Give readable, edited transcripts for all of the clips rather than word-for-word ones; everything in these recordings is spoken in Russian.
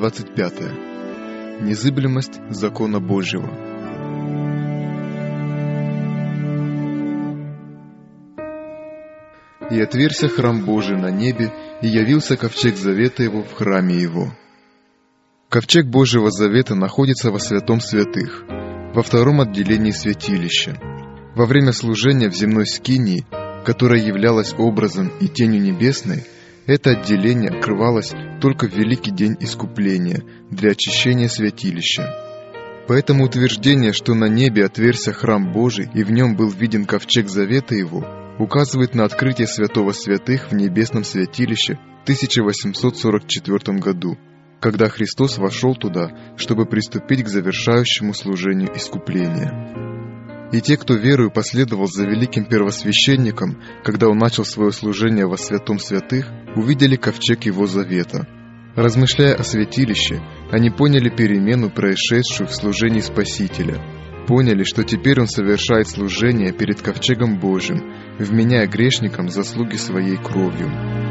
25. Незыблемость закона Божьего. «И отверся храм Божий на небе, и явился ковчег завета его в храме его». Ковчег Божьего завета находится во святом святых, во втором отделении святилища. Во время служения в земной скинии, которая являлась образом и тенью небесной, это отделение открывалось только в великий день искупления для очищения святилища. Поэтому утверждение, что на небе отверся храм Божий и в нем был виден ковчег завета его, указывает на открытие святого святых в небесном святилище в 1844 году, когда Христос вошел туда, чтобы приступить к завершающему служению искупления. И те, кто верою последовал за великим первосвященником, когда он начал свое служение во святом святых, увидели ковчег его завета. Размышляя о святилище, они поняли перемену, происшедшую в служении Спасителя. Поняли, что теперь он совершает служение перед ковчегом Божьим, вменяя грешникам заслуги своей кровью.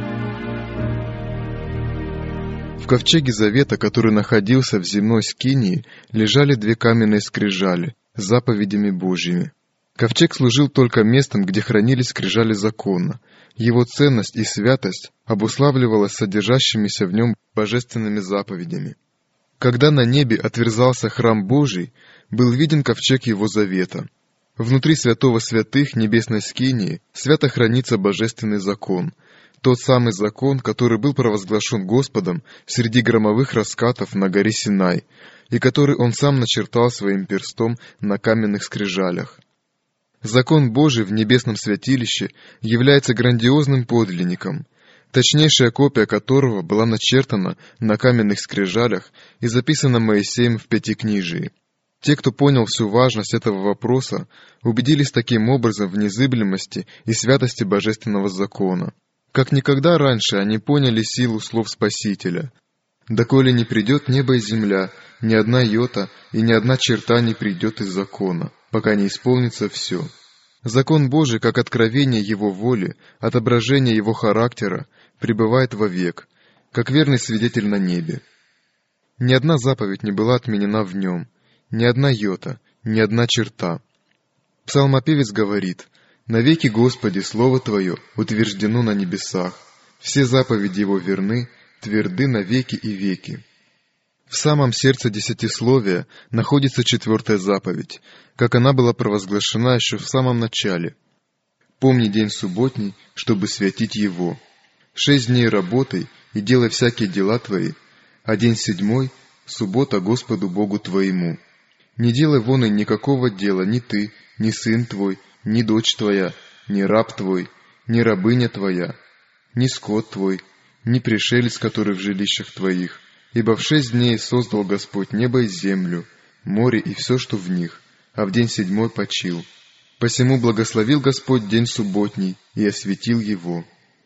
В ковчеге завета, который находился в земной скинии, лежали две каменные скрижали с заповедями Божьими. Ковчег служил только местом, где хранились скрижали закона. Его ценность и святость обуславливалась содержащимися в нем божественными заповедями. Когда на небе отверзался храм Божий, был виден ковчег его завета. Внутри святого святых небесной скинии свято хранится божественный закон, тот самый закон, который был провозглашен Господом среди громовых раскатов на горе Синай, и который он сам начертал своим перстом на каменных скрижалях. Закон Божий в небесном святилище является грандиозным подлинником, точнейшая копия которого была начертана на каменных скрижалях и записана Моисеем в Пятикнижии. Те, кто понял всю важность этого вопроса, убедились таким образом в незыблемости и святости божественного закона. Как никогда раньше они поняли силу слов Спасителя: «Доколе не придет небо и земля, ни одна йота и ни одна черта не придет из закона, пока не исполнится все». Закон Божий, как откровение Его воли, отображение Его характера, пребывает вовек, как верный свидетель на небе. Ни одна заповедь не была отменена в нем, ни одна йота, ни одна черта. Псалмопевец говорит: «Навеки, Господи, Слово Твое утверждено на небесах, все заповеди Его верны, тверды навеки и веки». В самом сердце десятисловия находится 4-я заповедь, как она была провозглашена еще в самом начале. «Помни день субботний, чтобы святить его. 6 дней работай и делай всякие дела твои, а день 7 — суббота Господу Богу твоему. Не делай вон и никакого дела ни ты, ни сын твой, ни дочь твоя, ни раб твой, ни рабыня твоя, ни скот твой, ни пришелец, который в жилищах твоих. Ибо в 6 дней создал Господь небо и землю, море и все, что в них, а в день 7 почил. Посему благословил Господь день субботний и осветил его».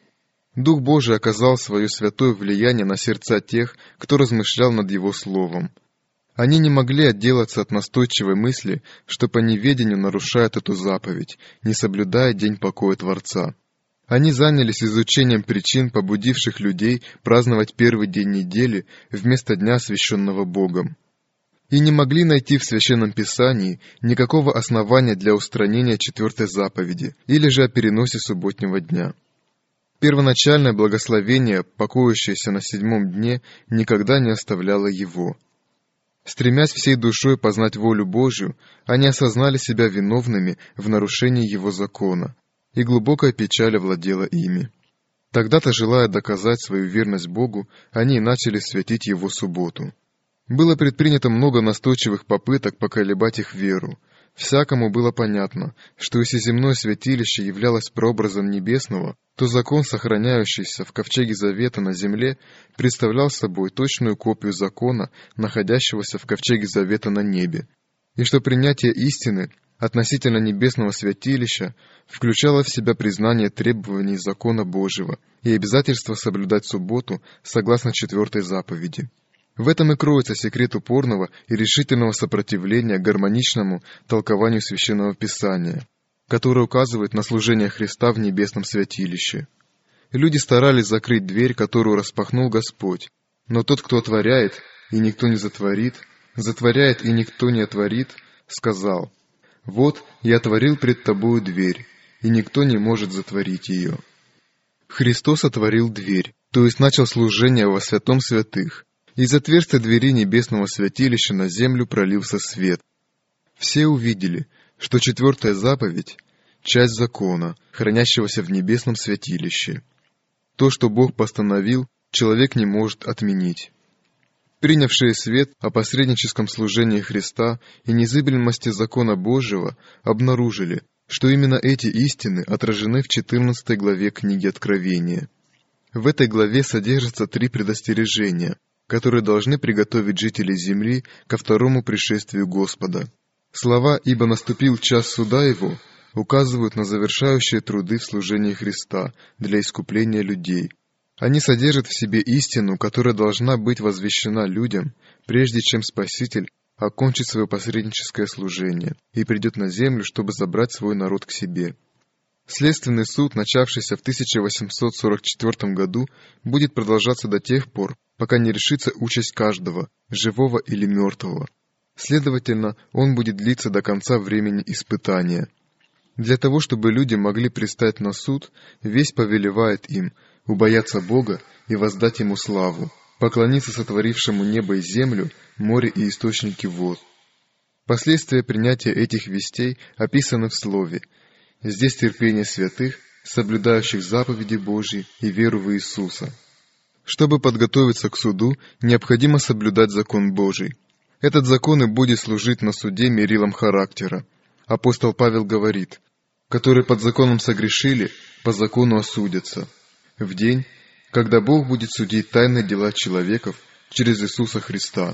Дух Божий оказал свое святое влияние на сердца тех, кто размышлял над Его Словом. Они не могли отделаться от настойчивой мысли, что по неведению нарушают эту заповедь, не соблюдая день покоя Творца. Они занялись изучением причин, побудивших людей праздновать первый день недели вместо дня, освященного Богом. И не могли найти в Священном Писании никакого основания для устранения 4-й заповеди или же о переносе субботнего дня. Первоначальное благословение, покоящееся на 7-м дне, никогда не оставляло его. Стремясь всей душой познать волю Божью, они осознали себя виновными в нарушении Его закона, и глубокая печаль овладела ими. Тогда-то, желая доказать свою верность Богу, они начали святить Его субботу. Было предпринято много настойчивых попыток поколебать их веру. Всякому было понятно, что если земное святилище являлось прообразом небесного, то закон, сохраняющийся в ковчеге завета на земле, представлял собой точную копию закона, находящегося в ковчеге завета на небе, и что принятие истины относительно небесного святилища включало в себя признание требований закона Божьего и обязательство соблюдать субботу согласно 4-й заповеди. В этом и кроется секрет упорного и решительного сопротивления гармоничному толкованию Священного Писания, которое указывает на служение Христа в небесном святилище. Люди старались закрыть дверь, которую распахнул Господь, но тот, кто отворяет, и никто не затворит, затворяет, и никто не отворит, сказал: «Вот я отворил пред тобою дверь, и никто не может затворить ее». Христос отворил дверь, то есть начал служение во святом святых. Из отверстия двери небесного святилища на землю пролился свет. Все увидели, что 4-я заповедь — часть закона, хранящегося в небесном святилище. То, что Бог постановил, человек не может отменить. Принявшие свет о посредническом служении Христа и незыблемости закона Божьего обнаружили, что именно эти истины отражены в 14 главе книги Откровения. В этой главе содержатся 3 предостережения, которые должны приготовить жителей земли ко второму пришествию Господа. Слова «Ибо наступил час суда Его» указывают на завершающие труды в служении Христа для искупления людей. Они содержат в себе истину, которая должна быть возвещена людям, прежде чем Спаситель окончит свое посредническое служение и придет на землю, чтобы забрать свой народ к себе. Следственный суд, начавшийся в 1844 году, будет продолжаться до тех пор, пока не решится участь каждого, живого или мертвого. Следовательно, он будет длиться до конца времени испытания. Для того, чтобы люди могли пристать на суд, весть повелевает им убояться Бога и воздать Ему славу, поклониться сотворившему небо и землю, море и источники вод. Последствия принятия этих вестей описаны в Слове. Здесь терпение святых, соблюдающих заповеди Божьи и веру в Иисуса. Чтобы подготовиться к суду, необходимо соблюдать закон Божий. Этот закон и будет служить на суде мерилом характера. Апостол Павел говорит: «Которые под законом согрешили, по закону осудятся». В день, когда Бог будет судить тайные дела человеков через Иисуса Христа.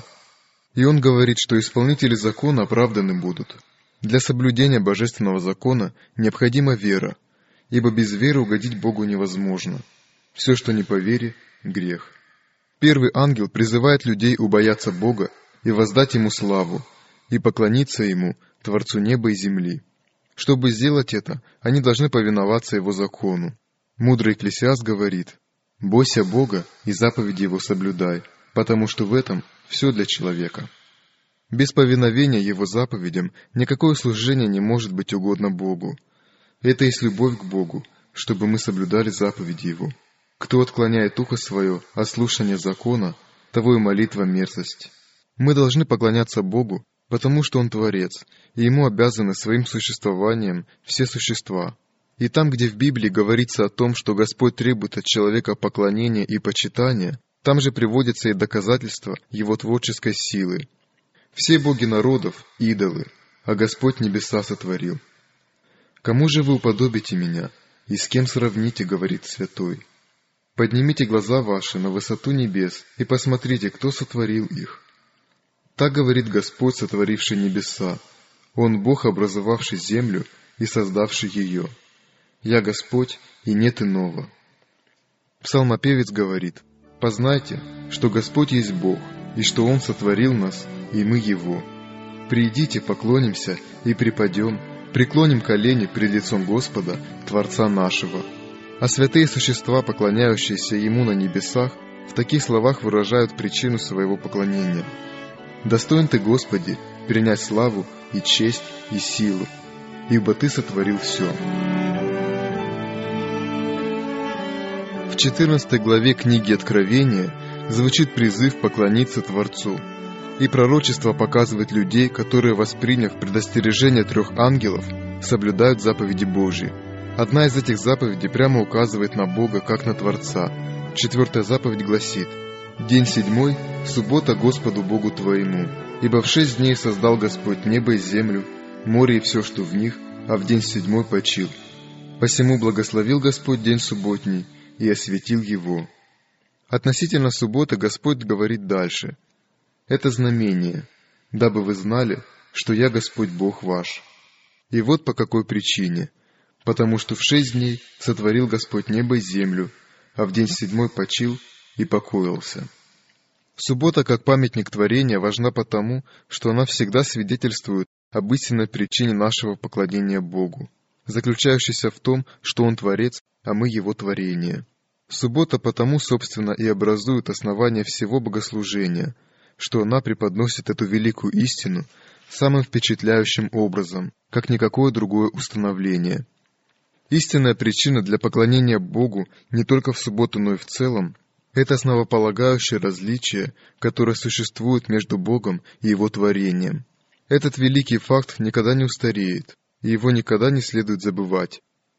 И Он говорит, что исполнители закона оправданы будут. Для соблюдения божественного закона необходима вера, ибо без веры угодить Богу невозможно. Все, что не по вере, — грех. Первый ангел призывает людей убояться Бога и воздать Ему славу, и поклониться Ему, Творцу неба и земли. Чтобы сделать это, они должны повиноваться Его закону. Мудрый Экклесиаст говорит: «Бойся Бога и заповеди Его соблюдай, потому что в этом все для человека». Без повиновения Его заповедям никакое служение не может быть угодно Богу. Это есть любовь к Богу, чтобы мы соблюдали заповеди Его. Кто отклоняет ухо свое от слушания закона, того и молитва мерзость. Мы должны поклоняться Богу, потому что Он Творец, и Ему обязаны своим существованием все существа. И там, где в Библии говорится о том, что Господь требует от человека поклонения и почитания, там же приводятся и доказательства Его творческой силы. Все боги народов — идолы, а Господь небеса сотворил. «Кому же вы уподобите меня, и с кем сравните, — говорит святой. Поднимите глаза ваши на высоту небес и посмотрите, кто сотворил их. Так говорит Господь, сотворивший небеса, Он Бог, образовавший землю и создавший ее. Я Господь, и нет иного». Псалмопевец говорит: «Познайте, что Господь есть Бог, и что Он сотворил нас, и мы Его. Придите, поклонимся и припадем, преклоним колени пред лицом Господа, Творца нашего». А святые существа, поклоняющиеся Ему на небесах, в таких словах выражают причину своего поклонения: «Достоин Ты, Господи, принять славу и честь и силу, ибо Ты сотворил все». В 14 главе книги Откровения звучит призыв поклониться Творцу, и пророчество показывает людей, которые, восприняв предостережение 3 ангелов, соблюдают заповеди Божьи. Одна из этих заповедей прямо указывает на Бога, как на Творца. 4-я заповедь гласит: «День 7 — суббота Господу Богу твоему, ибо в 6 дней создал Господь небо и землю, море и все, что в них, а в день 7 почил. Посему благословил Господь день субботний и осветил его». Относительно субботы Господь говорит дальше: «Это знамение, дабы вы знали, что я Господь Бог ваш». И вот по какой причине: потому что в 6 дней сотворил Господь небо и землю, а в день 7 почил и покоился. Суббота, как памятник творения, важна потому, что она всегда свидетельствует об истинной причине нашего поклонения Богу, заключающейся в том, что Он Творец, а мы Его творение. Суббота потому, собственно, и образует основание всего богослужения, что она преподносит эту великую истину самым впечатляющим образом, как никакое другое установление. Истинная причина для поклонения Богу не только в субботу, но и в целом – это основополагающее различие, которое существует между Богом и Его творением. Этот великий факт никогда не устареет, и его никогда не следует забывать.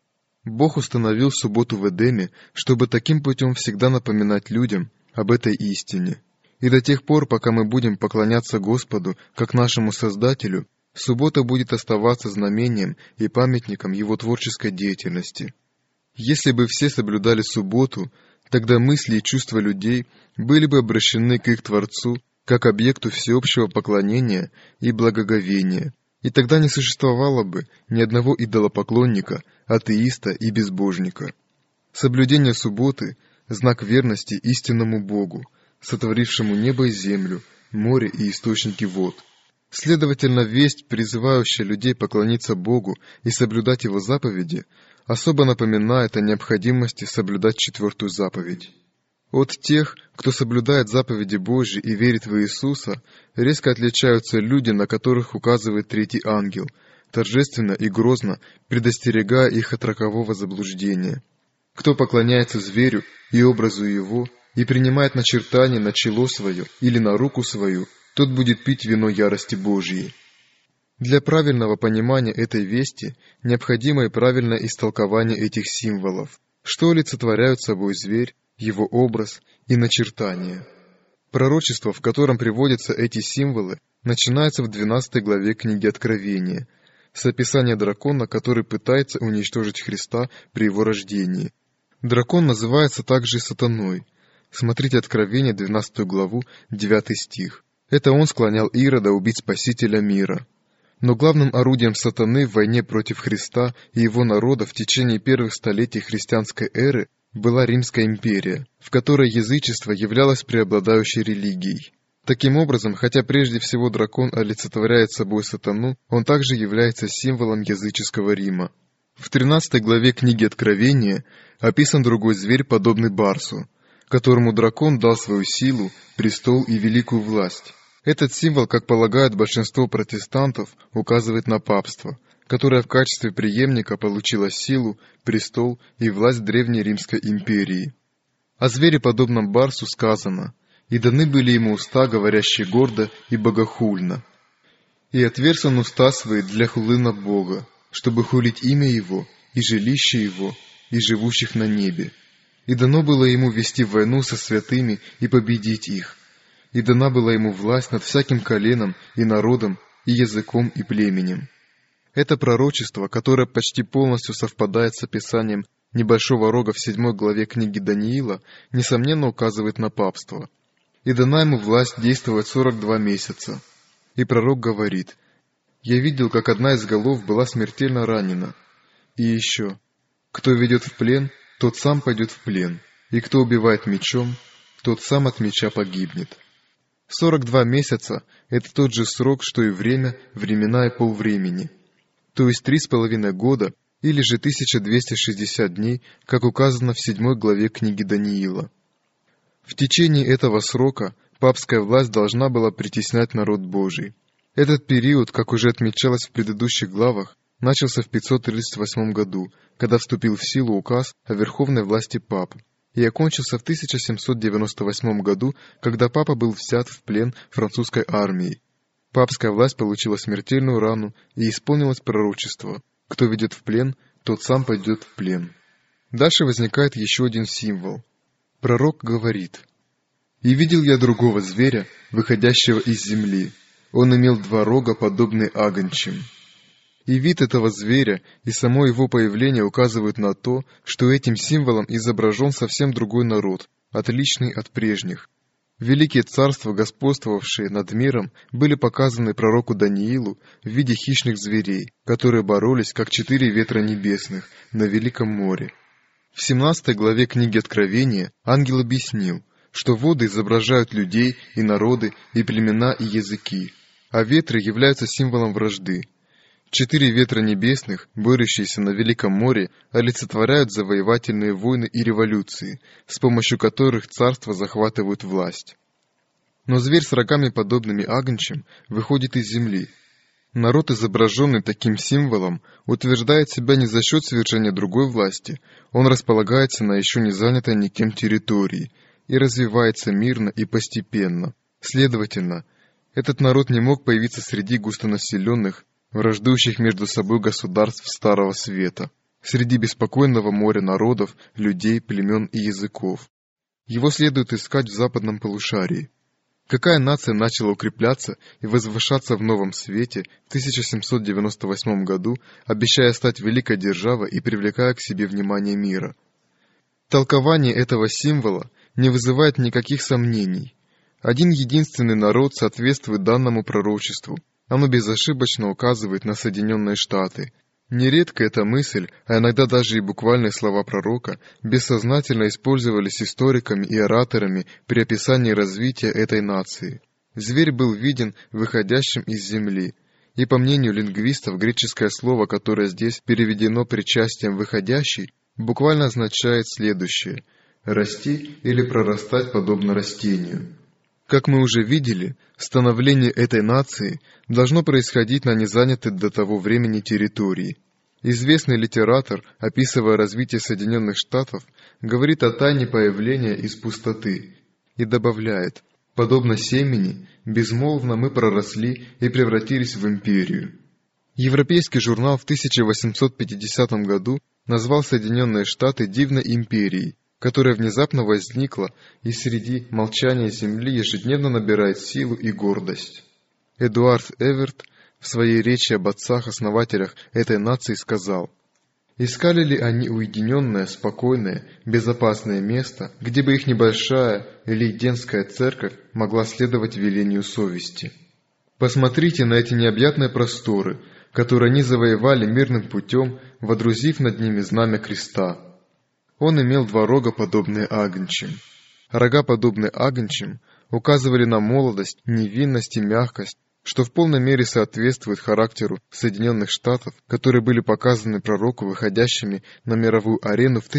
Бог установил субботу в Эдеме, чтобы таким путем всегда напоминать людям об этой истине. И до тех пор, пока мы будем поклоняться Господу, как нашему Создателю, суббота будет оставаться знамением и памятником Его творческой деятельности. Если бы все соблюдали субботу, тогда мысли и чувства людей были бы обращены к их Творцу, как объекту всеобщего поклонения и благоговения, и тогда не существовало бы ни одного идолопоклонника, атеиста и безбожника. Соблюдение субботы – знак верности истинному Богу, сотворившему небо и землю, море и источники вод. Следовательно, весть, призывающая людей поклониться Богу и соблюдать Его заповеди, особо напоминает о необходимости соблюдать 4-ю заповедь. От тех, кто соблюдает заповеди Божьи и верит в Иисуса, резко отличаются люди, на которых указывает 3-й ангел, торжественно и грозно предостерегая их от рокового заблуждения. Кто поклоняется зверю и образу его, и принимает начертание на чело свое или на руку свою, тот будет пить вино ярости Божьей. Для правильного понимания этой вести необходимо и правильное истолкование этих символов, что олицетворяют собой зверь, его образ и начертание. Пророчество, в котором приводятся эти символы, начинается в 12 главе книги Откровения, с описания дракона, который пытается уничтожить Христа при его рождении. Дракон называется также сатаной. Смотрите Откровение, 12 главу, 9 стих. Это он склонял Ирода убить Спасителя мира. Но главным орудием сатаны в войне против Христа и его народа в течение первых столетий христианской эры была Римская империя, в которой язычество являлось преобладающей религией. Таким образом, хотя прежде всего дракон олицетворяет собой сатану, он также является символом языческого Рима. В 13 главе книги Откровения описан другой зверь, подобный барсу, которому дракон дал свою силу, престол и великую власть. Этот символ, как полагает большинство протестантов, указывает на папство, которое в качестве преемника получило силу, престол и власть Древней Римской империи. О звере, подобном барсу, сказано: «И даны были ему уста, говорящие гордо и богохульно. И отверз он уста свои для хулы на Бога, чтобы хулить имя Его, и жилище Его, и живущих на небе. И дано было ему вести войну со святыми и победить их. И дана была ему власть над всяким коленом и народом, и языком, и племенем». Это пророчество, которое почти полностью совпадает с описанием небольшого рога в 7 главе книги Даниила, несомненно указывает на папство. «И дана ему власть действовать 42 месяца». И пророк говорит: «Я видел, как одна из голов была смертельно ранена». И еще: «Кто ведет в плен, тот сам пойдет в плен, и кто убивает мечом, тот сам от меча погибнет». 42 месяца – это тот же срок, что и время, времена и полвремени, то есть 3,5 года, или же 1260 дней, как указано в 7 главе книги Даниила. В течение этого срока папская власть должна была притеснять народ Божий. Этот период, как уже отмечалось в предыдущих главах, начался в 538 году, когда вступил в силу указ о верховной власти пап, и окончился в 1798 году, когда папа был взят в плен французской армией. Папская власть получила смертельную рану, и исполнилось пророчество: кто ведет в плен, тот сам пойдет в плен. Дальше возникает еще один символ. Пророк говорит: «И видел я другого зверя, выходящего из земли. Он имел 2 рога, подобные агнчим». И вид этого зверя, и само его появление указывают на то, что этим символом изображен совсем другой народ, отличный от прежних. Великие царства, господствовавшие над миром, были показаны пророку Даниилу в виде хищных зверей, которые боролись, как 4 ветра небесных, на Великом море. В 17 главе книги Откровения ангел объяснил, что воды изображают людей и народы, и племена, и языки, а ветры являются символом вражды. 4 ветра небесных, борющиеся на Великом море, олицетворяют завоевательные войны и революции, с помощью которых царства захватывают власть. Но зверь с рогами, подобными агнчим, выходит из земли. Народ, изображенный таким символом, утверждает себя не за счет свержения другой власти, он располагается на еще не занятой никем территории и развивается мирно и постепенно. Следовательно, этот народ не мог появиться среди густонаселенных, враждующих между собой государств Старого Света, среди беспокойного моря народов, людей, племен и языков. Его следует искать в западном полушарии. Какая нация начала укрепляться и возвышаться в новом свете в 1798 году, обещая стать великой державой и привлекая к себе внимание мира? Толкование этого символа не вызывает никаких сомнений. Один единственный народ соответствует данному пророчеству. Оно безошибочно указывает на Соединенные Штаты. Нередко эта мысль, а иногда даже и буквальные слова пророка, бессознательно использовались историками и ораторами при описании развития этой нации. Зверь был виден выходящим из земли, и по мнению лингвистов, греческое слово, которое здесь переведено причастием «выходящий», буквально означает следующее – «расти» или «прорастать подобно растению». Как мы уже видели, становление этой нации должно происходить на незанятой до того времени территории. Известный литератор, описывая развитие Соединенных Штатов, говорит о тайне появления из пустоты и добавляет: «Подобно семени, безмолвно мы проросли и превратились в империю». Европейский журнал в 1850 году назвал Соединенные Штаты дивной империей, которая внезапно возникла и среди молчания земли ежедневно набирает силу и гордость. Эдуард Эверт в своей речи об отцах-основателях этой нации сказал: «Искали ли они уединенное, спокойное, безопасное место, где бы их небольшая элейденская церковь могла следовать велению совести? Посмотрите на эти необъятные просторы, которые они завоевали мирным путем, водрузив над ними знамя креста». Он имел два рога, подобные агнчим. Рога, подобные агнчим, указывали на молодость, невинность и мягкость, что в полной мере соответствует характеру Соединенных Штатов, которые были показаны пророку выходящими на мировую арену в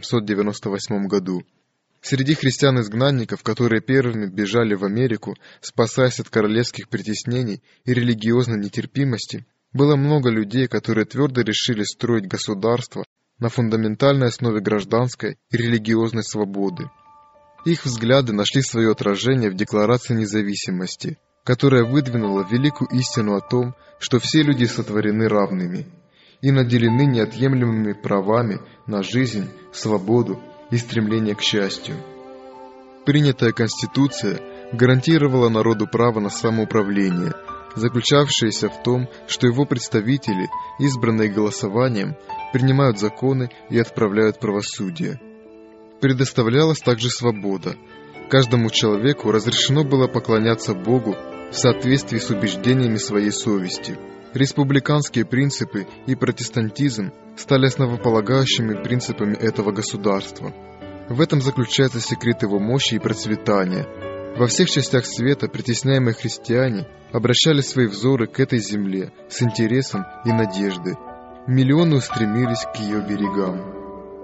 1798 году. Среди христиан-изгнанников, которые первыми бежали в Америку, спасаясь от королевских притеснений и религиозной нетерпимости, было много людей, которые твердо решили строить государство на фундаментальной основе гражданской и религиозной свободы. Их взгляды нашли свое отражение в Декларации независимости, которая выдвинула великую истину о том, что все люди сотворены равными и наделены неотъемлемыми правами на жизнь, свободу и стремление к счастью. Принятая Конституция гарантировала народу право на самоуправление, заключавшееся в том, что его представители, избранные голосованием, принимают законы и отправляют правосудие. Предоставлялась также свобода. Каждому человеку разрешено было поклоняться Богу в соответствии с убеждениями своей совести. Республиканские принципы и протестантизм стали основополагающими принципами этого государства. В этом заключается секрет его мощи и процветания. Во всех частях света притесняемые христиане обращали свои взоры к этой земле с интересом и надеждой. Миллионы устремились к ее берегам.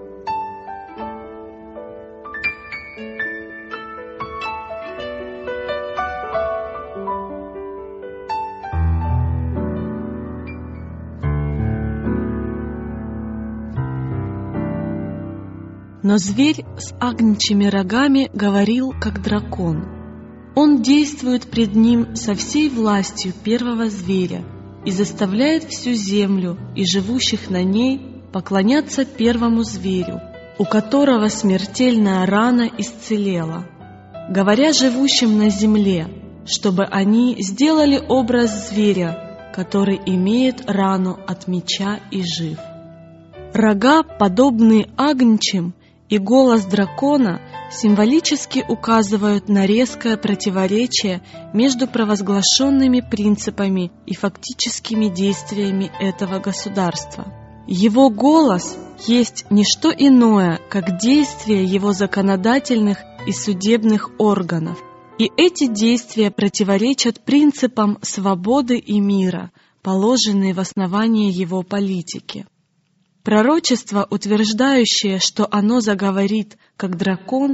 Но зверь с агнчими рогами говорил, как дракон. Он действует пред ним со всей властью первого зверя и заставляет всю землю и живущих на ней поклоняться первому зверю, у которого смертельная рана исцелела, говоря живущим на земле, чтобы они сделали образ зверя, который имеет рану от меча и жив. Рога, подобные агнчим, и голос дракона символически указывают на резкое противоречие между провозглашенными принципами и фактическими действиями этого государства. Его голос есть не что иное, как действие его законодательных и судебных органов, и эти действия противоречат принципам свободы и мира, положенные в основании его политики. Пророчество, утверждающее, что оно заговорит, как дракон,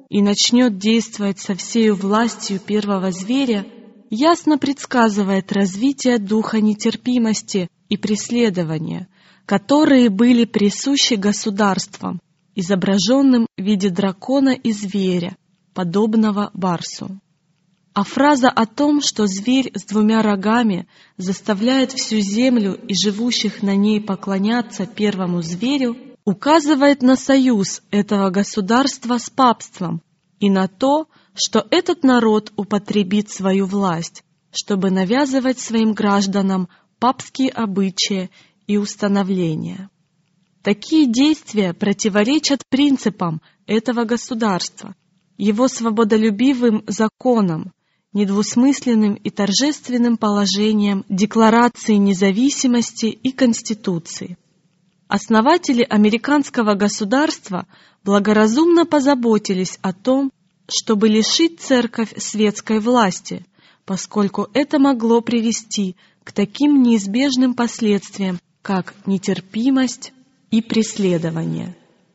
и начнет действовать со всею властью первого зверя, ясно предсказывает развитие духа нетерпимости и преследования, которые были присущи государствам, изображенным в виде дракона и зверя, подобного барсу. А фраза о том, что зверь с двумя рогами заставляет всю землю и живущих на ней поклоняться первому зверю, указывает на союз этого государства с папством и на то, что этот народ употребит свою власть, чтобы навязывать своим гражданам папские обычаи и установления. Такие действия противоречат принципам этого государства, его свободолюбивым законам, недвусмысленным и торжественным положениям Декларации независимости и Конституции. Основатели американского государства благоразумно позаботились о том, чтобы лишить церковь светской власти, поскольку это могло привести к таким неизбежным последствиям, как нетерпимость и преследование.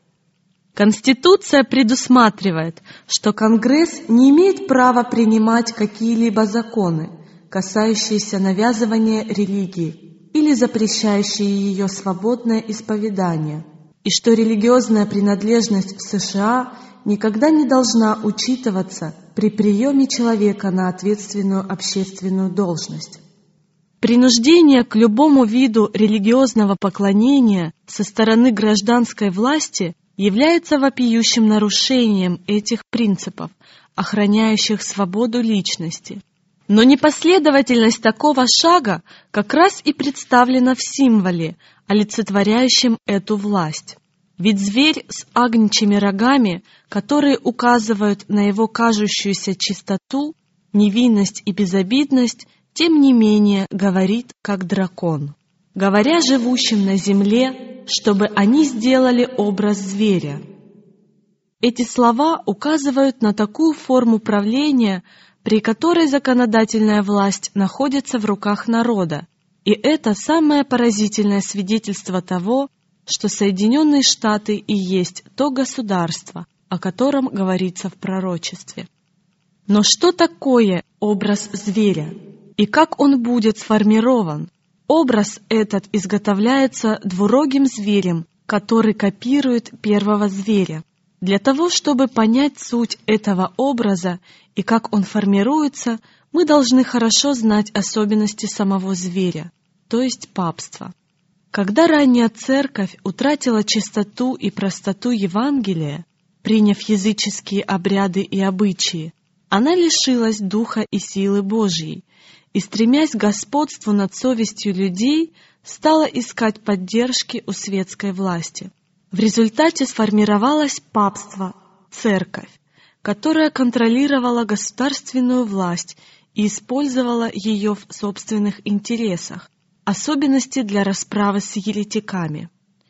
Конституция предусматривает, что Конгресс не имеет права принимать какие-либо законы, касающиеся навязывания религии или запрещающие ее свободное исповедание, и что религиозная принадлежность в США никогда не должна учитываться при приеме человека на ответственную общественную должность. Принуждение к любому виду религиозного поклонения со стороны гражданской власти является вопиющим нарушением этих принципов, охраняющих свободу личности. Но непоследовательность такого шага как раз и представлена в символе, олицетворяющем эту власть. Ведь зверь с агнчими рогами, которые указывают на его кажущуюся чистоту, невинность и безобидность, тем не менее говорит как дракон, говоря живущим на земле, чтобы они сделали образ зверя. Эти слова указывают на такую форму правления, при которой законодательная власть находится в руках народа, и это самое поразительное свидетельство того, что Соединенные Штаты и есть то государство, о котором говорится в пророчестве. Но что такое образ зверя? И как он будет сформирован? Образ этот изготовляется двурогим зверем, который копирует первого зверя. Для того, чтобы понять суть этого образа и как он формируется, мы должны хорошо знать особенности самого зверя, то есть папства. Когда ранняя церковь утратила чистоту и простоту Евангелия, приняв языческие обряды и обычаи, она лишилась духа и силы Божьей, и, стремясь к господству над совестью людей, стала искать поддержки у светской власти. В результате сформировалось папство, церковь, которая контролировала государственную власть и использовала ее в собственных интересах, особенности для расправы с еретиками.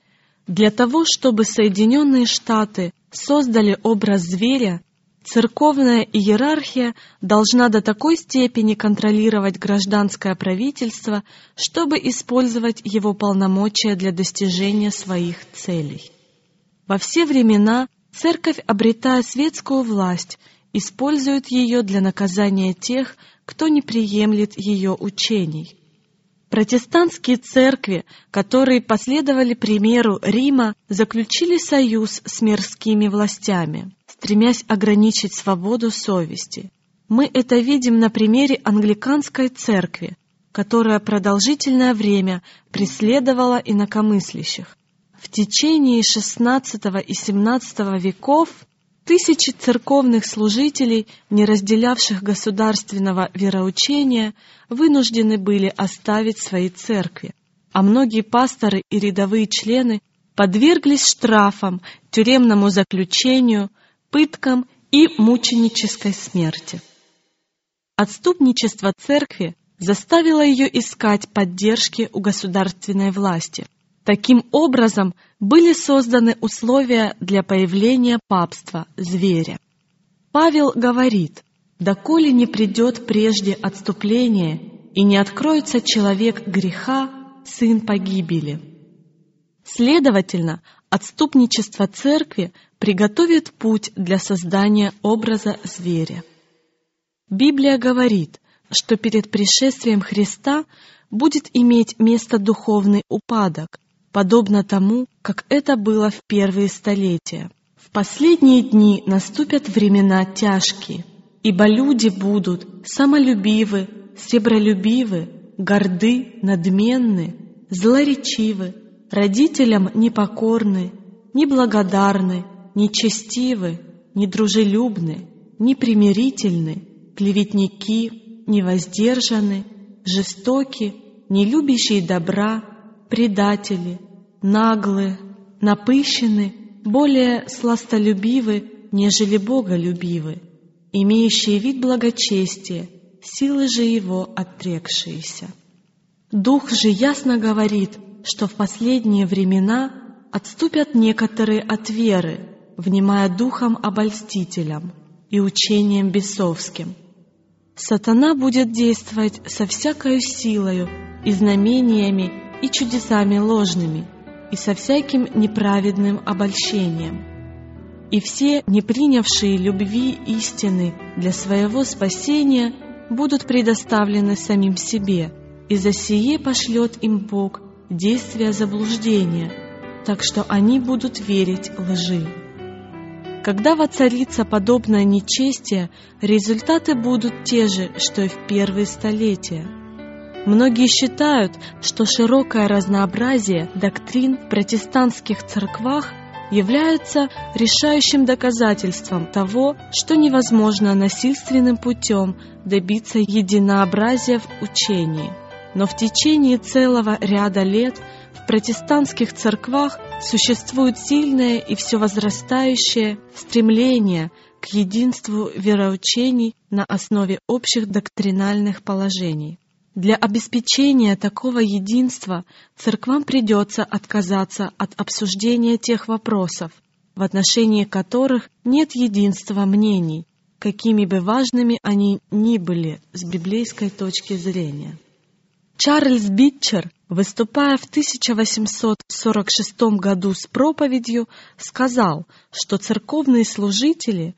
Для того, чтобы Соединенные Штаты создали образ зверя, церковная иерархия должна до такой степени контролировать гражданское правительство, чтобы использовать его полномочия для достижения своих целей. Во все времена церковь, обретая светскую власть, использует ее для наказания тех, кто не приемлет ее учений. Протестантские церкви, которые последовали примеру Рима, заключили союз с мирскими властями, стремясь ограничить свободу совести. Мы это видим на примере англиканской церкви, которая продолжительное время преследовала инакомыслящих. В течение XVI и XVII веков тысячи церковных служителей, не разделявших государственного вероучения, вынуждены были оставить свои церкви, а многие пасторы и рядовые члены подверглись штрафам, тюремному заключению, пыткам и мученической смерти. Отступничество церкви заставило ее искать поддержки у государственной власти. Таким образом, были созданы условия для появления папства, зверя. Павел говорит: «Доколе не придет прежде отступление, и не откроется человек греха, сын погибели». Следовательно, Отступничество Церкви приготовит путь для создания образа зверя. Библия говорит, что перед пришествием Христа будет иметь место духовный упадок, подобно тому, как это было в первые столетия. В последние дни наступят времена тяжкие, ибо люди будут самолюбивы, сребролюбивы, горды, надменны, злоречивы, родителям непокорны, неблагодарны, нечестивы, недружелюбны, непримирительны, клеветники, невоздержаны, жестоки, не любящие добра, предатели, наглые, напыщены, более сластолюбивы, нежели боголюбивы, имеющие вид благочестия, силы же его отрекшиеся. Дух же ясно говорит, что в последние времена отступят некоторые от веры, внимая духом обольстителям и учением бесовским. Сатана будет действовать со всякою силою и знамениями и чудесами ложными, и со всяким неправедным обольщением. И все, не принявшие любви истины для своего спасения, будут предоставлены самим себе, и за сие пошлет им Бог действия заблуждения, так что они будут верить лжи. Когда воцарится подобное нечестие, результаты будут те же, что и в первые столетия. Многие считают, что широкое разнообразие доктрин в протестантских церквах является решающим доказательством того, что невозможно насильственным путем добиться единообразия в учении. Но в течение целого ряда лет в протестантских церквах существует сильное и все возрастающее стремление к единству вероучений на основе общих доктринальных положений. Для обеспечения такого единства церквам придется отказаться от обсуждения тех вопросов, в отношении которых нет единства мнений, какими бы важными они ни были с библейской точки зрения. Чарльз Бичер, выступая в 1846 году с проповедью, сказал, что церковные служители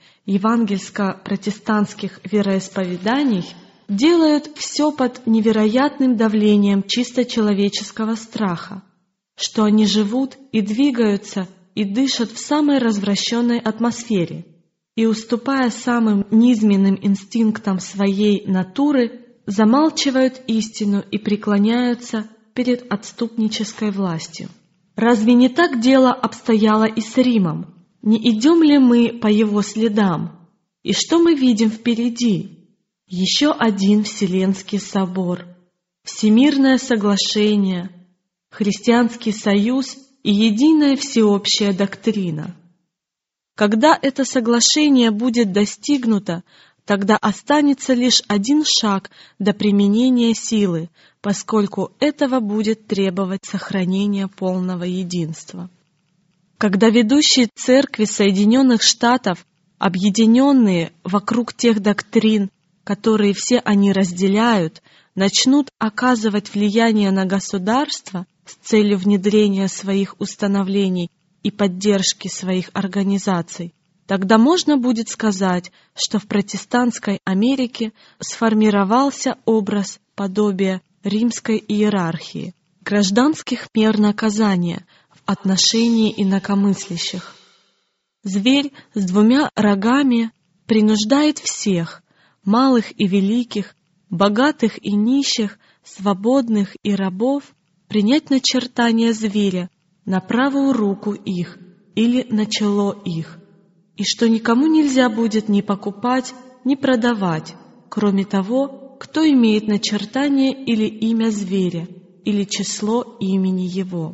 евангельско-протестантских вероисповеданий делают все под невероятным давлением чисто человеческого страха, что они живут и двигаются и дышат в самой развращенной атмосфере, и, уступая самым низменным инстинктам своей натуры, замалчивают истину и преклоняются перед отступнической властью. Разве не так дело обстояло и с Римом? Не идем ли мы по его следам? И что мы видим впереди? Еще один Вселенский собор, Всемирное соглашение, Христианский союз и единая всеобщая доктрина. Когда это соглашение будет достигнуто, тогда останется лишь один шаг до применения силы, поскольку этого будет требовать сохранение полного единства. Когда ведущие церкви Соединенных Штатов, объединенные вокруг тех доктрин, которые все они разделяют, начнут оказывать влияние на государство с целью внедрения своих установлений и поддержки своих организаций, тогда можно будет сказать, что в протестантской Америке сформировался образ подобия римской иерархии, гражданских мер наказания в отношении инакомыслящих. Зверь с двумя рогами принуждает всех, малых и великих, богатых и нищих, свободных и рабов, принять начертание зверя на правую руку их или на чело их, и что никому нельзя будет ни покупать, ни продавать, кроме того, кто имеет начертание или имя зверя, или число имени его.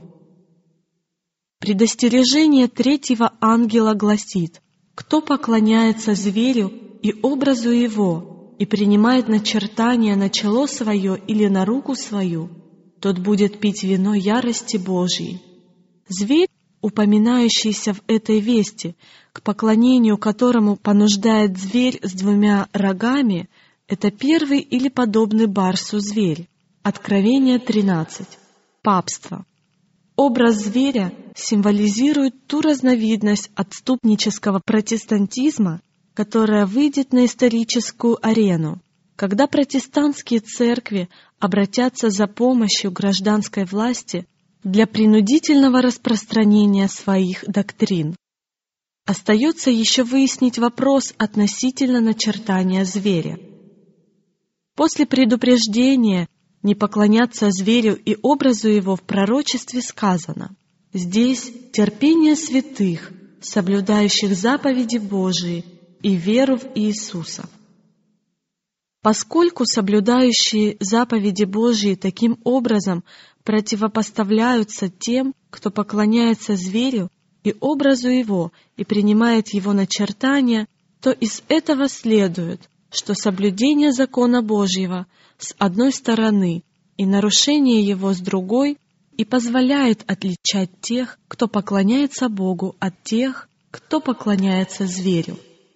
Предостережение третьего ангела гласит: кто поклоняется зверю и образу его, и принимает начертание на чело свое или на руку свою, тот будет пить вино ярости Божьей. Зверь, упоминающийся в этой вести, к поклонению которому понуждает зверь с двумя рогами, это первый или подобный барсу зверь. Откровение 13. Папство. Образ зверя символизирует ту разновидность отступнического протестантизма, которая выйдет на историческую арену, когда протестантские церкви обратятся за помощью к гражданской власти для принудительного распространения своих доктрин. Остается еще выяснить вопрос относительно начертания зверя. После предупреждения не поклоняться зверю и образу его в пророчестве сказано: «Здесь терпение святых, соблюдающих заповеди Божии и веру в Иисуса». Поскольку соблюдающие заповеди Божии таким образом противопоставляются тем, кто поклоняется зверю и образу его и принимает его начертания, то из этого следует, что соблюдение закона Божьего с одной стороны и нарушение его с другой и позволяет отличать тех, кто поклоняется Богу, от тех, кто поклоняется зверю.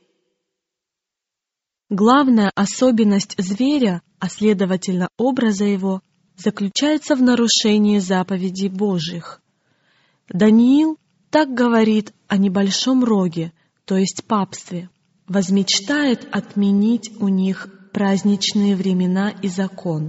Главная особенность зверя, а следовательно образа его, заключается в нарушении заповедей Божьих. Даниил так говорит о небольшом роге, то есть папстве, возмечтает отменить у них праздничные времена и закон.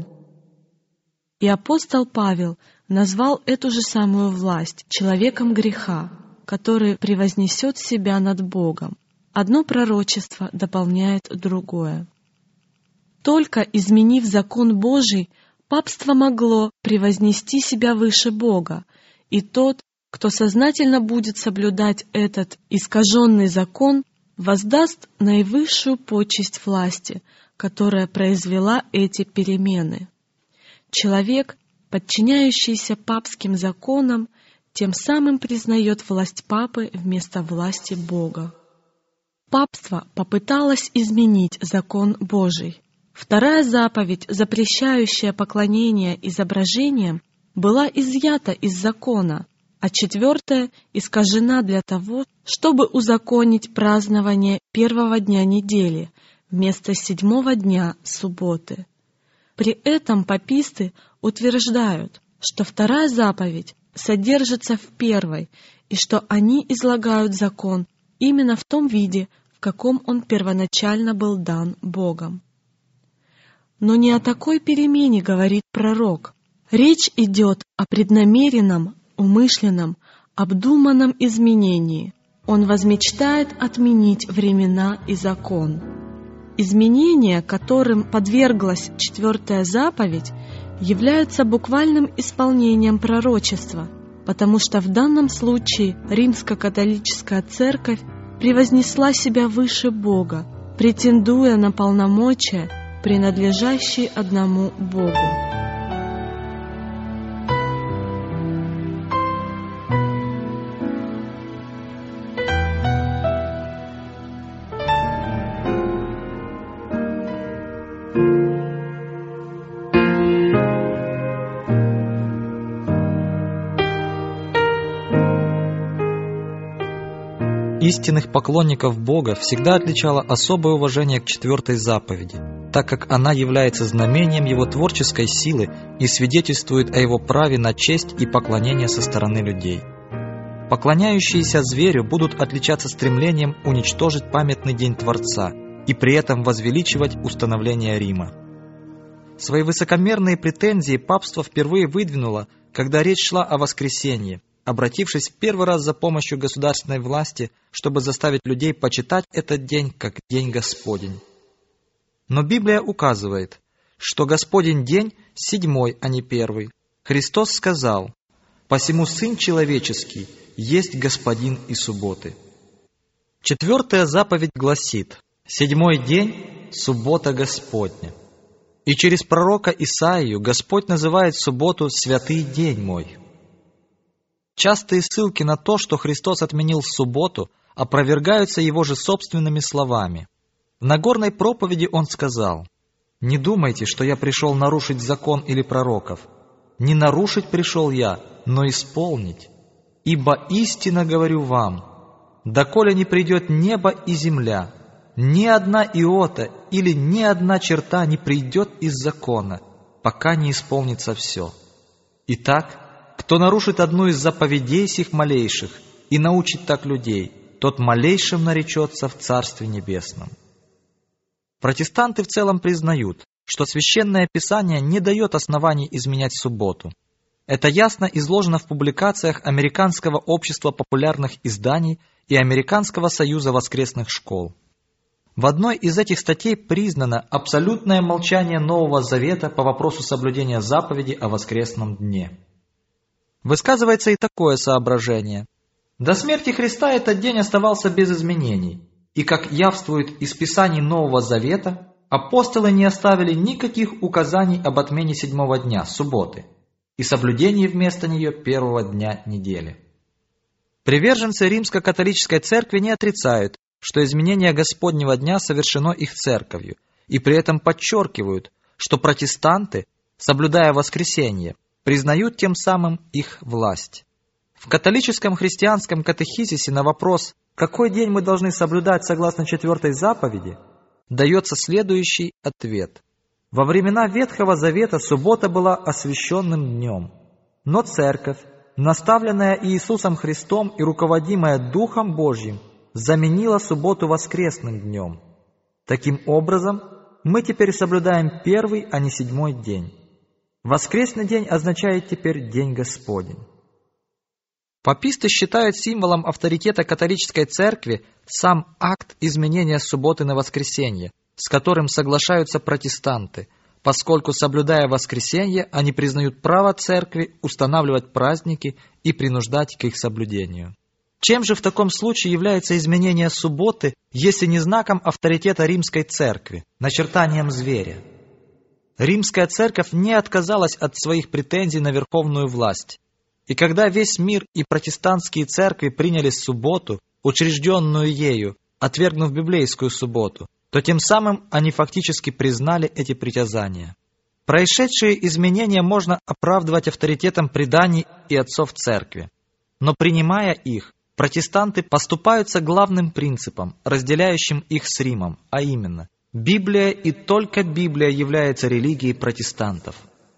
И апостол Павел назвал эту же самую власть человеком греха, который превознесет себя над Богом. Одно пророчество дополняет другое. Только изменив закон Божий, папство могло превознести себя выше Бога, и тот, кто сознательно будет соблюдать этот искаженный закон, воздаст наивысшую почесть власти, которая произвела эти перемены. Человек, подчиняющийся папским законам, тем самым признает власть папы вместо власти Бога. Папство попыталось изменить закон Божий. Вторая заповедь, запрещающая поклонение изображениям, была изъята из закона, а четвертая искажена для того, чтобы узаконить празднование первого дня недели вместо седьмого дня субботы. При этом паписты утверждают, что вторая заповедь содержится в первой, и что они излагают закон именно в том виде, в каком он первоначально был дан Богом. Но не о такой перемене говорит пророк. Речь идет о преднамеренном, умышленном, обдуманном изменении. Он возмечтает отменить времена и закон. Изменения, которым подверглась четвертая заповедь, являются буквальным исполнением пророчества, потому что в данном случае римско-католическая церковь превознесла себя выше Бога, претендуя на полномочия, принадлежащие одному Богу. Истинных поклонников Бога всегда отличало особое уважение к четвертой заповеди, так как она является знамением Его творческой силы и свидетельствует о Его праве на честь и поклонение со стороны людей. Поклоняющиеся зверю будут отличаться стремлением уничтожить памятный день Творца и при этом возвеличивать установление Рима. Свои высокомерные претензии папство впервые выдвинуло, когда речь шла о воскресенье, обратившись в первый раз за помощью государственной власти, чтобы заставить людей почитать этот день как День Господень. Но Библия указывает, что Господень день седьмой, а не первый. Христос сказал: «Посему Сын Человеческий есть Господин и субботы». Четвертая заповедь гласит: «Седьмой день – суббота Господня». И через пророка Исаию Господь называет субботу «святый день мой». Частые ссылки на то, что Христос отменил субботу, опровергаются Его же собственными словами. В Нагорной проповеди Он сказал: «Не думайте, что я пришел нарушить закон или пророков. Не нарушить пришел я, но исполнить. Ибо истинно говорю вам, доколе не придет небо и земля, ни одна иота или ни одна черта не придет из закона, пока не исполнится все. Итак, кто нарушит одну из заповедей сих малейших и научит так людей, тот малейшим наречется в Царстве Небесном». Протестанты в целом признают, что Священное Писание не дает оснований изменять субботу. Это ясно изложено в публикациях Американского общества популярных изданий и Американского союза воскресных школ. В одной из этих статей признано абсолютное молчание Нового Завета по вопросу соблюдения заповеди о воскресном дне. Высказывается и такое соображение. До смерти Христа этот день оставался без изменений, и, как явствует из Писаний Нового Завета, апостолы не оставили никаких указаний об отмене седьмого дня, субботы, и соблюдении вместо нее первого дня недели. Приверженцы Римско-католической церкви не отрицают, что изменение Господнего дня совершено их церковью, и при этом подчеркивают, что протестанты, соблюдая воскресенье, признают тем самым их власть. В католическом христианском катехизисе на вопрос, какой день мы должны соблюдать согласно 4 заповеди, дается следующий ответ. Во времена Ветхого Завета суббота была освященным днем, но церковь, наставленная Иисусом Христом и руководимая Духом Божьим, заменила субботу воскресным днем. Таким образом, мы теперь соблюдаем первый, а не седьмой день. Воскресный день означает теперь День Господень. Паписты считают символом авторитета католической церкви сам акт изменения субботы на воскресенье, с которым соглашаются протестанты, поскольку, соблюдая воскресенье, они признают право церкви устанавливать праздники и принуждать к их соблюдению. Чем же в таком случае является изменение субботы, если не знаком авторитета римской церкви, начертанием зверя? Римская церковь не отказалась от своих претензий на верховную власть. И когда весь мир и протестантские церкви приняли субботу, учрежденную ею, отвергнув библейскую субботу, то тем самым они фактически признали эти притязания. Происшедшие изменения можно оправдывать авторитетом преданий и отцов церкви. Но принимая их, протестанты поступаются главным принципом, разделяющим их с Римом, а именно, Библия и только Библия является религией протестантов.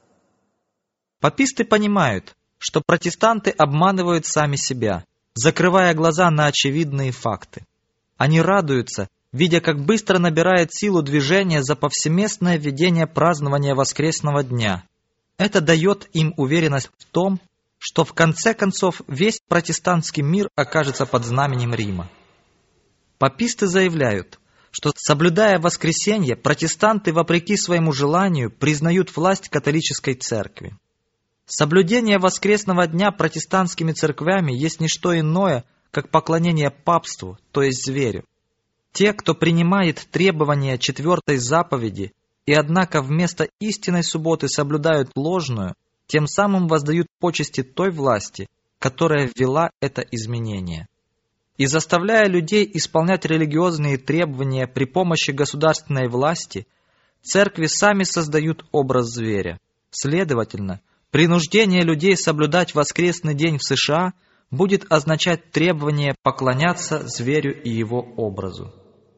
Паписты понимают, что протестанты обманывают сами себя, закрывая глаза на очевидные факты. Они радуются, видя, как быстро набирает силу движение за повсеместное введение празднования воскресного дня. Это дает им уверенность в том, что в конце концов весь протестантский мир окажется под знаменем Рима. Паписты заявляют, что, соблюдая воскресенье, протестанты, вопреки своему желанию, признают власть католической церкви. Соблюдение воскресного дня протестантскими церквями есть не что иное, как поклонение папству, то есть зверю. Те, кто принимает требования 4 заповеди и, однако, вместо истинной субботы соблюдают ложную, тем самым воздают почести той власти, которая ввела это изменение. И заставляя людей исполнять религиозные требования при помощи государственной власти, церкви сами создают образ зверя. Следовательно, принуждение людей соблюдать воскресный день в США будет означать требование поклоняться зверю и его образу.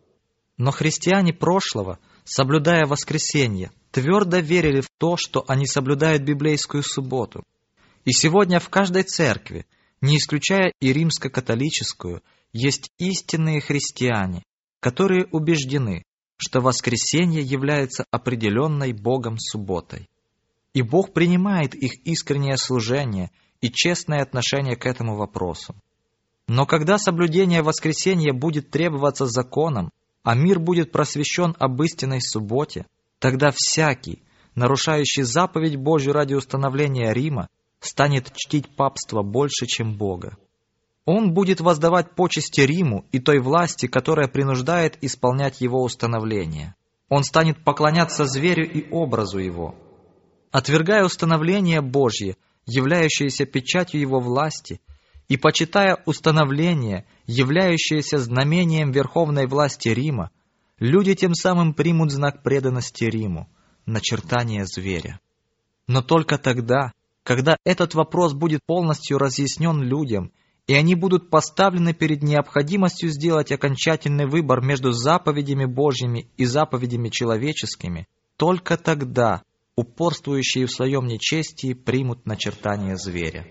Но христиане прошлого, соблюдая воскресенье, твердо верили в то, что они соблюдают библейскую субботу. И сегодня в каждой церкви, не исключая и римско-католическую, есть истинные христиане, которые убеждены, что воскресенье является определенной Богом субботой. И Бог принимает их искреннее служение и честное отношение к этому вопросу. Но когда соблюдение воскресенья будет требоваться законом, а мир будет просвещен об истинной субботе, тогда всякий, нарушающий заповедь Божью ради установления Рима, станет чтить папство больше, чем Бога. Он будет воздавать почести Риму и той власти, которая принуждает исполнять его установление. Он станет поклоняться зверю и образу его. Отвергая установление Божье, являющееся печатью его власти, и почитая установление, являющееся знамением верховной власти Рима, люди тем самым примут знак преданности Риму, начертание зверя. Но только тогда, когда этот вопрос будет полностью разъяснен людям, и они будут поставлены перед необходимостью сделать окончательный выбор между заповедями Божьими и заповедями человеческими, только тогда упорствующие в своем нечестии примут начертание зверя.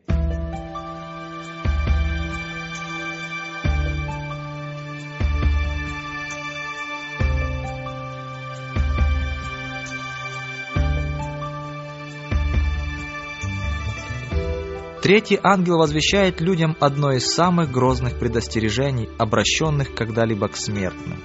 Третий ангел возвещает людям одно из самых грозных предостережений, обращенных когда-либо к смертным.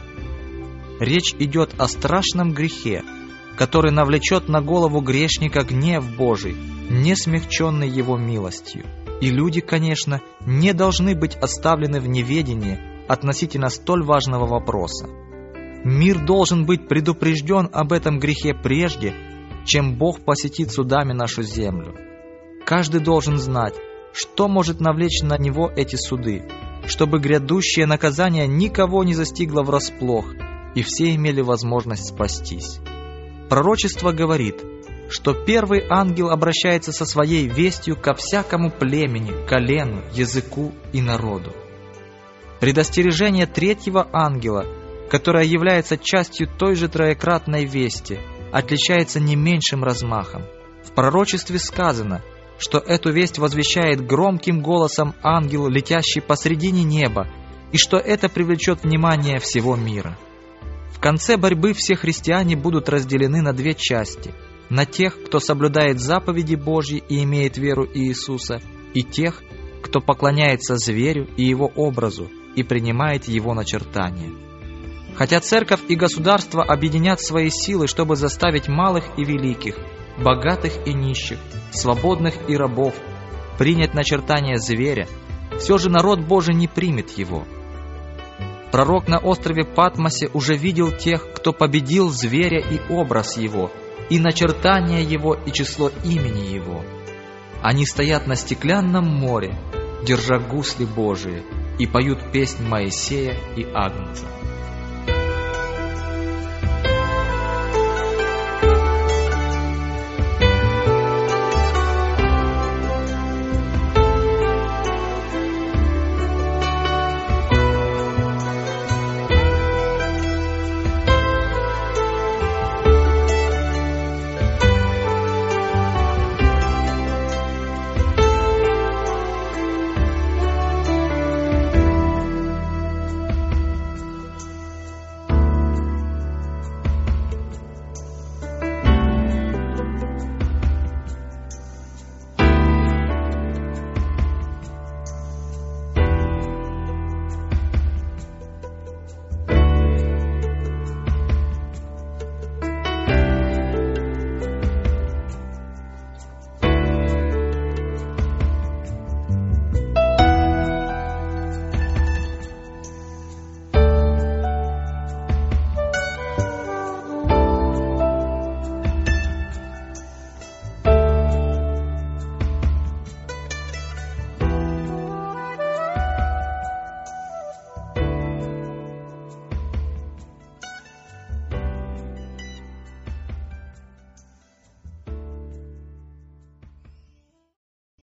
Речь идет о страшном грехе, который навлечет на голову грешника гнев Божий, не смягченный его милостью. И люди, конечно, не должны быть оставлены в неведении относительно столь важного вопроса. Мир должен быть предупрежден об этом грехе прежде, чем Бог посетит судами нашу землю. Каждый должен знать, что может навлечь на него эти суды, чтобы грядущее наказание никого не застигло врасплох, и все имели возможность спастись. Пророчество говорит, что первый ангел обращается со своей вестью ко всякому племени, колену, языку и народу. Предостережение третьего ангела, которое является частью той же троекратной вести, отличается не меньшим размахом. В пророчестве сказано, что эту весть возвещает громким голосом ангел, летящий посредине неба, и что это привлечет внимание всего мира. В конце борьбы все христиане будут разделены на две части: на тех, кто соблюдает заповеди Божьи и имеет веру Иисуса, и тех, кто поклоняется зверю и его образу и принимает его начертания. Хотя церковь и государство объединят свои силы, чтобы заставить малых и великих, богатых и нищих, свободных и рабов принять начертание зверя, все же народ Божий не примет его. Пророк на острове Патмосе уже видел тех, кто победил зверя и образ его, и начертание его, и число имени его. Они стоят на стеклянном море, держа гусли Божии, и поют песнь Моисея и Агнца.